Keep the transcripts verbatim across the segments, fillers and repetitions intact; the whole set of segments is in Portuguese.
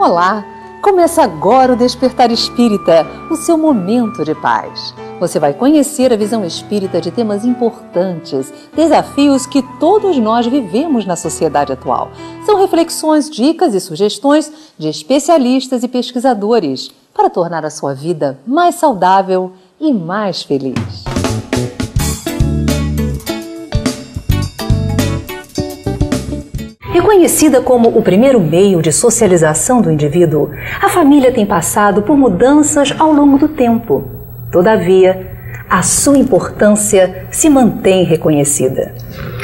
Olá! Começa agora o Despertar Espírita, o seu momento de paz. Você vai conhecer a visão espírita de temas importantes, desafios que todos nós vivemos na sociedade atual. São reflexões, dicas e sugestões de especialistas e pesquisadores para tornar a sua vida mais saudável e mais feliz. Reconhecida como o primeiro meio de socialização do indivíduo, a família tem passado por mudanças ao longo do tempo. Todavia, a sua importância se mantém reconhecida.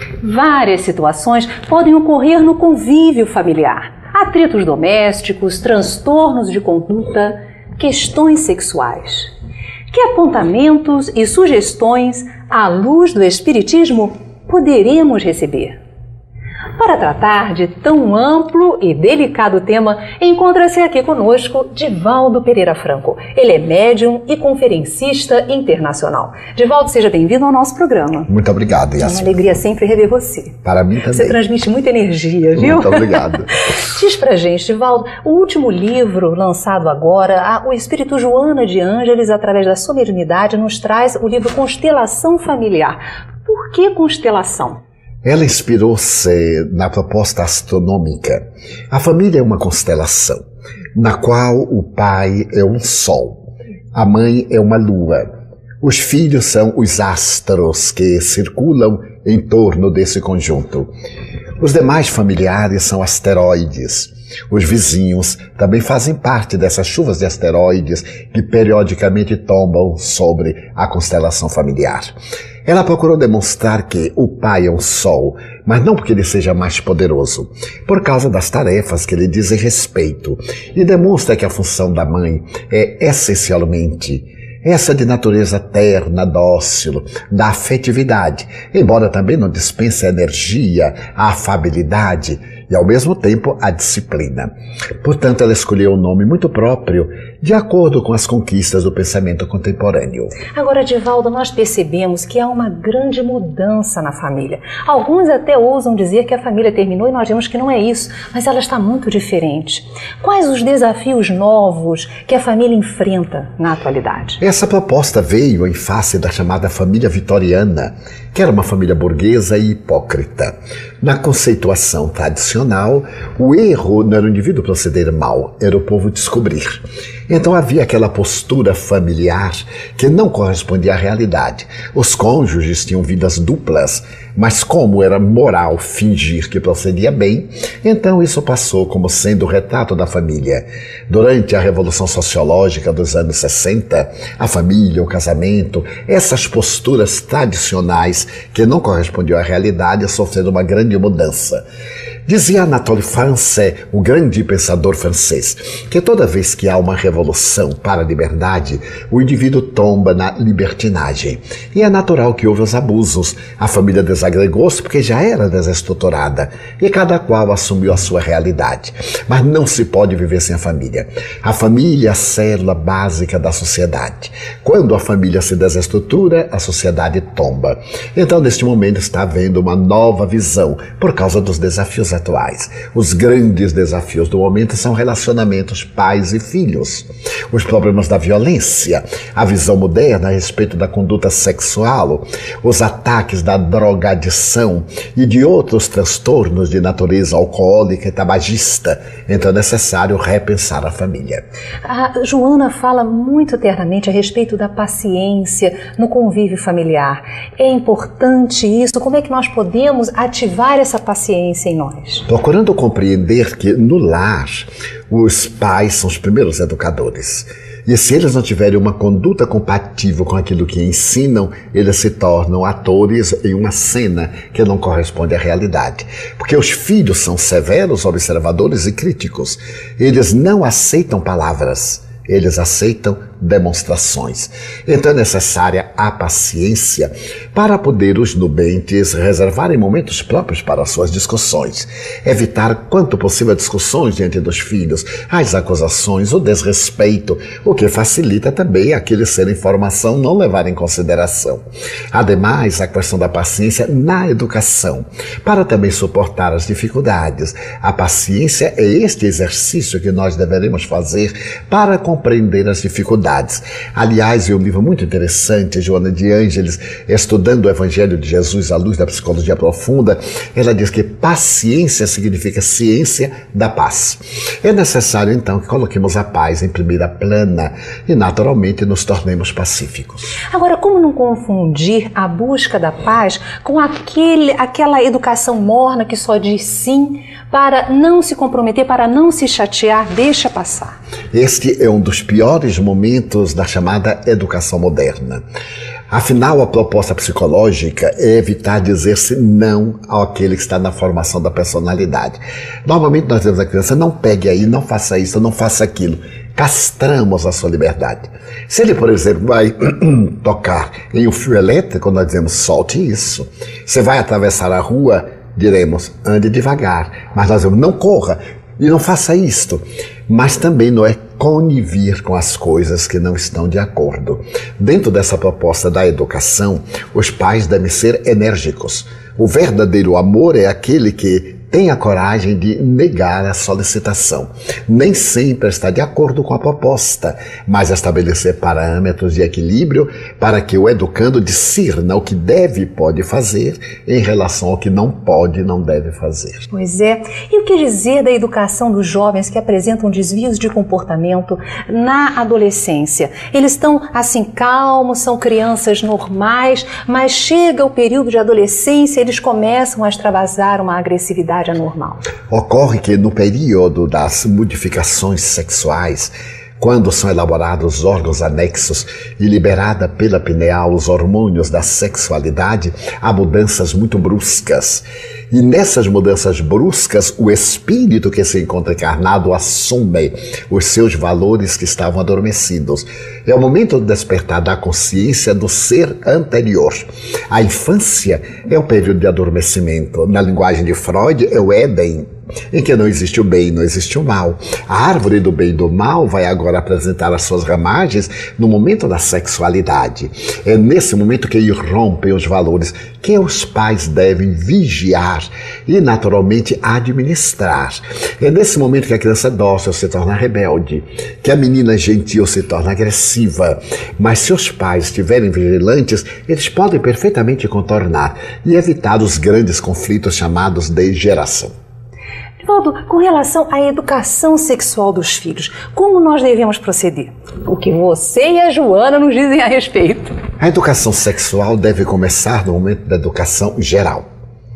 Várias situações podem ocorrer no convívio familiar: atritos domésticos, transtornos de conduta, questões sexuais. Que apontamentos e sugestões, à luz do Espiritismo, poderemos receber? Para tratar de tão amplo e delicado tema, encontra-se aqui conosco Divaldo Pereira Franco. Ele é médium e conferencista internacional. Divaldo, seja bem-vindo ao nosso programa. Muito obrigado, Yasmin. É uma alegria sempre rever você. Para mim também. Você transmite muita energia, viu? Muito obrigado. Diz pra gente, Divaldo, o último livro lançado agora, o Espírito Joana de Ângeles, através da sua mediunidade, nos traz o livro Constelação Familiar. Por que constelação? Ela inspirou-se na proposta astronômica. A família é uma constelação, na qual o pai é um sol, a mãe é uma lua. Os filhos são os astros que circulam em torno desse conjunto. Os demais familiares são asteroides. Os vizinhos também fazem parte dessas chuvas de asteroides que periodicamente tombam sobre a constelação familiar. Ela procurou demonstrar que o pai é um sol, mas não porque ele seja mais poderoso, por causa das tarefas que lhe dizem respeito, e demonstra que a função da mãe é essencialmente essa de natureza terna, dócil, da afetividade, embora também não dispense a energia, a afabilidade e, ao mesmo tempo, a disciplina. Portanto, ela escolheu um nome muito próprio, de acordo com as conquistas do pensamento contemporâneo. Agora, Divaldo, nós percebemos que há uma grande mudança na família. Alguns até ousam dizer que a família terminou e nós vemos que não é isso, mas ela está muito diferente. Quais os desafios novos que a família enfrenta na atualidade? Essa proposta veio em face da chamada família vitoriana, que era uma família burguesa e hipócrita. Na conceituação tradicional, o erro não era o indivíduo proceder mal, era o povo descobrir. Então havia aquela postura familiar que não correspondia à realidade. Os cônjuges tinham vidas duplas, mas como era moral fingir que procedia bem, então isso passou como sendo o retrato da família. Durante a Revolução Sociológica dos anos sessenta, a família, o casamento, essas posturas tradicionais que não correspondiam à realidade sofreram uma grande mudança. Dizia Anatole France, o grande pensador francês, que toda vez que há uma revolução para a liberdade, o indivíduo tomba na libertinagem. E é natural que houve os abusos. A família desagregou-se porque já era desestruturada e cada qual assumiu a sua realidade. Mas não se pode viver sem a família. A família é a célula básica da sociedade. Quando a família se desestrutura, a sociedade tomba. Então, neste momento, está havendo uma nova visão por causa dos desafios atuais. Os grandes desafios do momento são relacionamentos pais e filhos, os problemas da violência, a visão moderna a respeito da conduta sexual, os ataques da drogadição e de outros transtornos de natureza alcoólica e tabagista. Então é necessário repensar a família. A Joana fala muito eternamente a respeito da paciência no convívio familiar. É importante isso? Como é que nós podemos ativar essa paciência em nós? Procurando compreender que no lar os pais são os primeiros educadores. E se eles não tiverem uma conduta compatível com aquilo que ensinam, eles se tornam atores em uma cena que não corresponde à realidade. Porque os filhos são severos, observadores e críticos. Eles não aceitam palavras, eles aceitam demonstrações. Então é necessária a paciência para poder os nubentes reservarem momentos próprios para suas discussões, evitar quanto possível discussões diante dos filhos, as acusações, o desrespeito, o que facilita também aqueles sem informação não levar em consideração. Ademais, a questão da paciência na educação, para também suportar as dificuldades. A paciência é este exercício que nós deveremos fazer para compreender as dificuldades. Aliás, é um livro muito interessante, Joana de Ângeles, estudando o Evangelho de Jesus à luz da psicologia profunda, ela diz que paciência significa ciência da paz. É necessário, então, que coloquemos a paz em primeira plana e, naturalmente, nos tornemos pacíficos. Agora, como não confundir a busca da paz com aquele, aquela educação morna que só diz sim para não se comprometer, para não se chatear, deixa passar? Este é um dos piores momentos da chamada educação moderna. Afinal, a proposta psicológica é evitar dizer-se não àquele que está na formação da personalidade. Normalmente nós dizemos à criança, não pegue aí, não faça isso, não faça aquilo. Castramos a sua liberdade. Se ele, por exemplo, vai tocar em um fio elétrico, nós dizemos, solte isso. Você vai atravessar a rua, diremos, ande devagar. Mas nós dizemos, não corra e não faça isto. Mas também não é conivir com as coisas que não estão de acordo. Dentro dessa proposta da educação, os pais devem ser enérgicos. O verdadeiro amor é aquele que tem a coragem de negar a solicitação. Nem sempre está de acordo com a proposta, mas estabelecer parâmetros de equilíbrio para que o educando discirna o que deve e pode fazer em relação ao que não pode e não deve fazer. Pois é. E o que dizer da educação dos jovens que apresentam desvios de comportamento na adolescência? Eles estão assim calmos, são crianças normais, mas chega o período de adolescência, eles começam a extravasar uma agressividade anormal. Ocorre que no período das modificações sexuais, quando são elaborados os órgãos anexos e liberada pela pineal os hormônios da sexualidade, há mudanças muito bruscas. E nessas mudanças bruscas, o espírito que se encontra encarnado assume os seus valores que estavam adormecidos. É o momento do despertar da consciência do ser anterior. A infância é o período de adormecimento. Na linguagem de Freud, é o Éden, em que não existe o bem, não existe o mal. A árvore do bem e do mal vai agora apresentar as suas ramagens no momento da sexualidade. É nesse momento que irrompem os valores que os pais devem vigiar e, naturalmente, administrar. É nesse momento que a criança dócil se torna rebelde, que a menina gentil se torna agressiva. Mas se os pais estiverem vigilantes, eles podem perfeitamente contornar e evitar os grandes conflitos chamados de geração. Divaldo, com relação à educação sexual dos filhos, como nós devemos proceder? O que você e a Joana nos dizem a respeito? A educação sexual deve começar no momento da educação geral.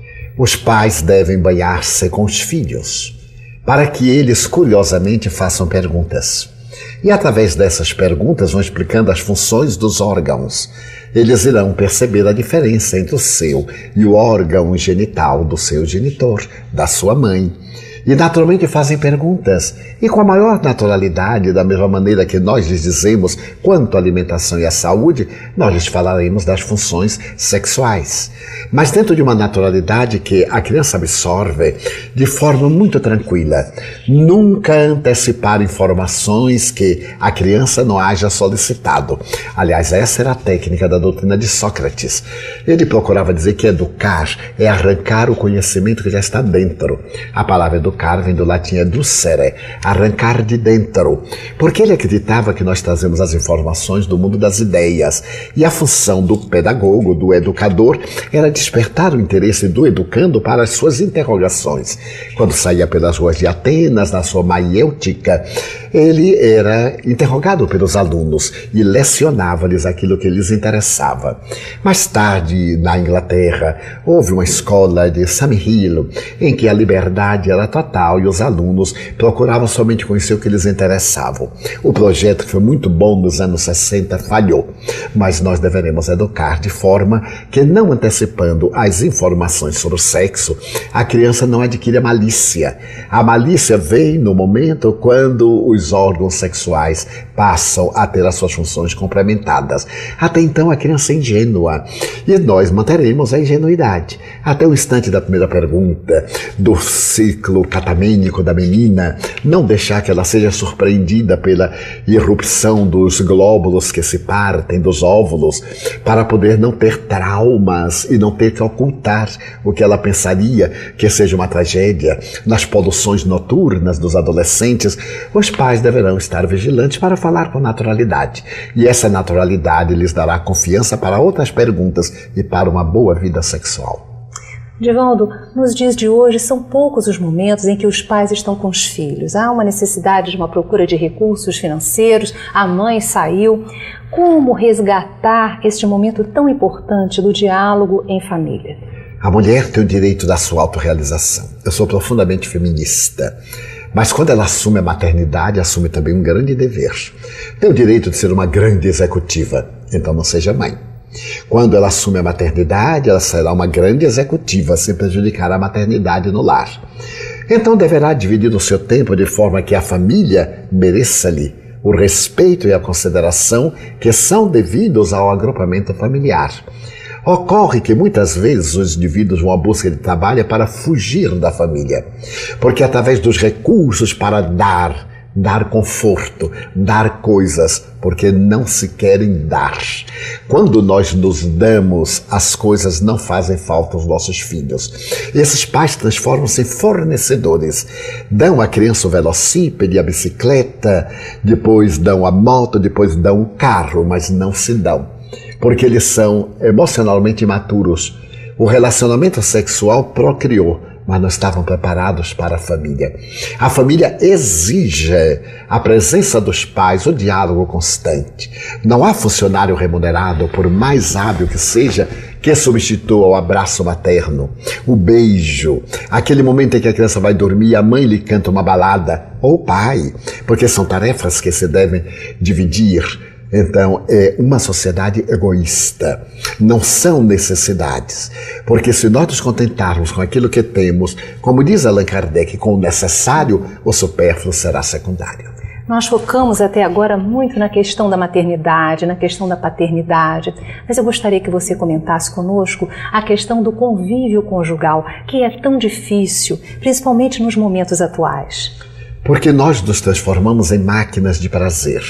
Os pais devem banhar-se com os filhos, para que eles curiosamente façam perguntas. E através dessas perguntas vão explicando as funções dos órgãos. Eles irão perceber a diferença entre o seu e o órgão genital do seu genitor, da sua mãe. E naturalmente fazem perguntas, e com a maior naturalidade, da mesma maneira que nós lhes dizemos quanto à alimentação e à saúde, nós lhes falaremos das funções sexuais. Mas dentro de uma naturalidade que a criança absorve de forma muito tranquila. Nunca antecipar informações que a criança não haja solicitado. Aliás, essa era a técnica da doutrina de Sócrates. Ele procurava dizer que educar é arrancar o conhecimento que já está dentro. A palavra educar vem do latim educere, arrancar de dentro, porque ele acreditava que nós trazemos as informações do mundo das ideias, e a função do pedagogo, do educador, era despertar o interesse do educando para as suas interrogações. Quando saía pelas ruas de Atenas, na sua maiêutica, ele era interrogado pelos alunos e lecionava-lhes aquilo que lhes interessava. Mais tarde, na Inglaterra, houve uma escola de Summerhill, em que a liberdade era total e os alunos procuravam somente conhecer o que lhes interessavam. O projeto, que foi muito bom nos anos sessenta, falhou, mas nós deveremos educar de forma que, não antecipando as informações sobre o sexo, a criança não adquire a malícia. A malícia vem no momento quando os órgãos sexuais passam a ter as suas funções complementadas. Até então a criança é ingênua e nós manteremos a ingenuidade até o instante da primeira pergunta, do ciclo catamênico da menina, não deixar que ela seja surpreendida pela irrupção dos glóbulos que se partem dos óvulos, para poder não ter traumas e não ter que ocultar o que ela pensaria que seja uma tragédia. Nas poluições noturnas dos adolescentes, os pais deverão estar vigilantes para falar com naturalidade. E essa naturalidade lhes dará confiança para outras perguntas e para uma boa vida sexual. Divaldo, nos dias de hoje são poucos os momentos em que os pais estão com os filhos. Há uma necessidade de uma procura de recursos financeiros, a mãe saiu. Como resgatar este momento tão importante do diálogo em família? A mulher tem o direito da sua autorrealização. Eu sou profundamente feminista. Mas quando ela assume a maternidade, assume também um grande dever. Tem o direito de ser uma grande executiva, então não seja mãe. Quando ela assume a maternidade, ela será uma grande executiva, sem prejudicar a maternidade no lar. Então deverá dividir o seu tempo de forma que a família mereça-lhe o respeito e a consideração que são devidos ao agrupamento familiar. Ocorre que muitas vezes os indivíduos vão à busca de trabalho para fugir da família, porque através dos recursos para dar, dar conforto, dar coisas, porque não se querem dar. Quando nós nos damos, as coisas não fazem falta aos nossos filhos. Esses pais transformam-se em fornecedores. Dão à criança o velocípede, a bicicleta, depois dão a moto, depois dão o carro, mas não se dão, porque eles são emocionalmente imaturos. O relacionamento sexual procriou, mas não estavam preparados para a família. A família exige a presença dos pais, o diálogo constante. Não há funcionário remunerado, por mais hábil que seja, que substitua o abraço materno, o beijo, aquele momento em que a criança vai dormir e a mãe lhe canta uma balada, ou o pai, porque são tarefas que se devem dividir. Então, é uma sociedade egoísta. Não são necessidades. Porque se nós nos contentarmos com aquilo que temos, como diz Allan Kardec, com o necessário, o supérfluo será secundário. Nós focamos até agora muito na questão da maternidade, na questão da paternidade, mas eu gostaria que você comentasse conosco a questão do convívio conjugal, que é tão difícil, principalmente nos momentos atuais. Porque nós nos transformamos em máquinas de prazer.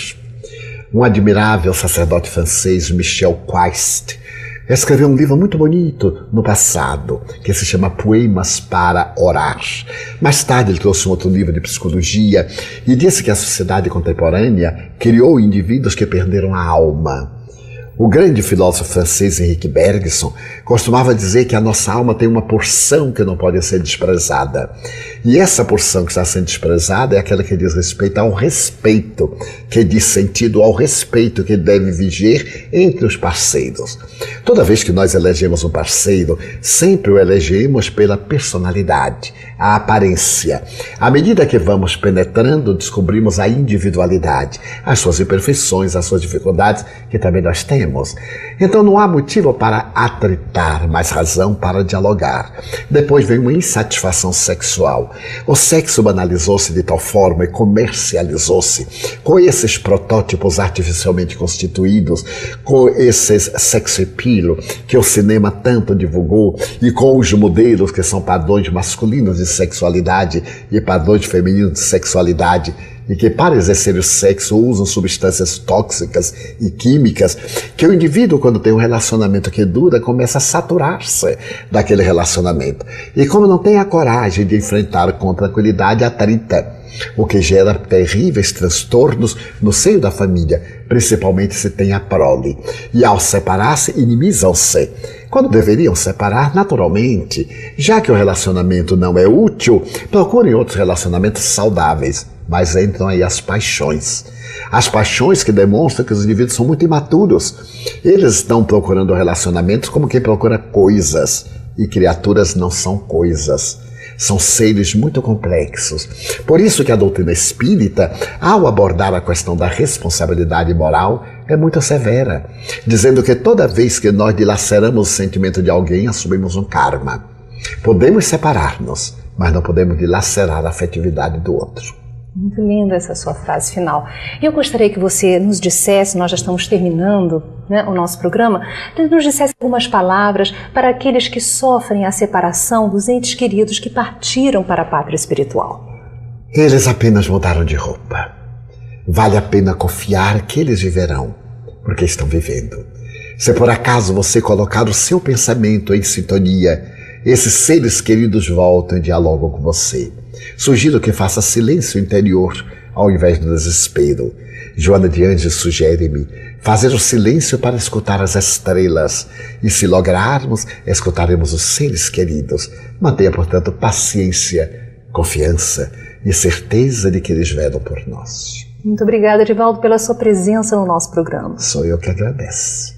Um admirável sacerdote francês, Michel Quast, escreveu um livro muito bonito no passado, que se chama Poemas para Orar. Mais tarde ele trouxe um outro livro de psicologia e disse que a sociedade contemporânea criou indivíduos que perderam a alma. O grande filósofo francês Henrique Bergson costumava dizer que a nossa alma tem uma porção que não pode ser desprezada. E essa porção que está sendo desprezada é aquela que diz respeito ao respeito, que diz sentido ao respeito que deve viger entre os parceiros. Toda vez que nós elegemos um parceiro, sempre o elegemos pela personalidade, a aparência. À medida que vamos penetrando, descobrimos a individualidade, as suas imperfeições, as suas dificuldades, que também nós temos. Então não há motivo para atritar, mas razão para dialogar. Depois vem uma insatisfação sexual. O sexo banalizou-se de tal forma e comercializou-se com esses protótipos artificialmente constituídos, com esses sex appeal que o cinema tanto divulgou e com os modelos que são padrões masculinos de sexualidade e padrões femininos de sexualidade, e que para exercer o sexo usam substâncias tóxicas e químicas, que o indivíduo, quando tem um relacionamento que dura, começa a saturar-se daquele relacionamento. E como não tem a coragem de enfrentar com tranquilidade, atrita, o que gera terríveis transtornos no seio da família, principalmente se tem a prole. E ao separar-se, inimizam-se. Quando deveriam separar, naturalmente, já que o relacionamento não é útil, procurem outros relacionamentos saudáveis. Mas entram aí as paixões. As paixões que demonstram que os indivíduos são muito imaturos. Eles estão procurando relacionamentos como quem procura coisas. E criaturas não são coisas. São seres muito complexos. Por isso que a doutrina espírita, ao abordar a questão da responsabilidade moral, é muito severa, dizendo que toda vez que nós dilaceramos o sentimento de alguém, assumimos um karma. Podemos separar-nos, mas não podemos dilacerar a afetividade do outro. Muito linda essa sua frase final. Eu gostaria que você nos dissesse, nós já estamos terminando, né, o nosso programa, nos dissesse algumas palavras para aqueles que sofrem a separação dos entes queridos que partiram para a pátria espiritual. Eles apenas mudaram de roupa. Vale a pena confiar que eles viverão, porque estão vivendo. Se por acaso você colocar o seu pensamento em sintonia, esses seres queridos voltam e dialogam com você. Sugiro que faça silêncio interior ao invés do desespero. Joana de Anjos sugere-me fazer o silêncio para escutar as estrelas. E se lograrmos, escutaremos os seres queridos. Mantenha, portanto, paciência, confiança e certeza de que eles velam por nós. Muito obrigada, Edivaldo, pela sua presença no nosso programa. Sou eu que agradeço.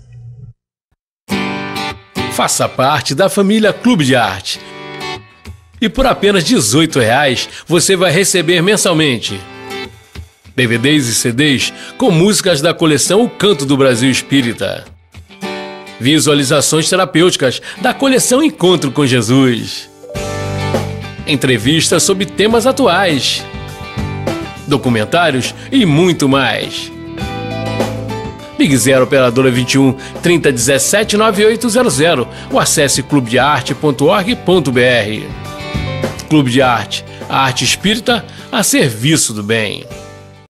Faça parte da família Clube de Arte. E por apenas dezoito reais você vai receber mensalmente D V Ds e C Ds com músicas da coleção O Canto do Brasil Espírita, visualizações terapêuticas da coleção Encontro com Jesus, entrevistas sobre temas atuais, documentários e muito mais. Ligue zero operadora vinte e um, trinta, dezessete, noventa e oito zero zero ou acesse clube de arte ponto org ponto br. Clube de Arte, a arte espírita a serviço do bem.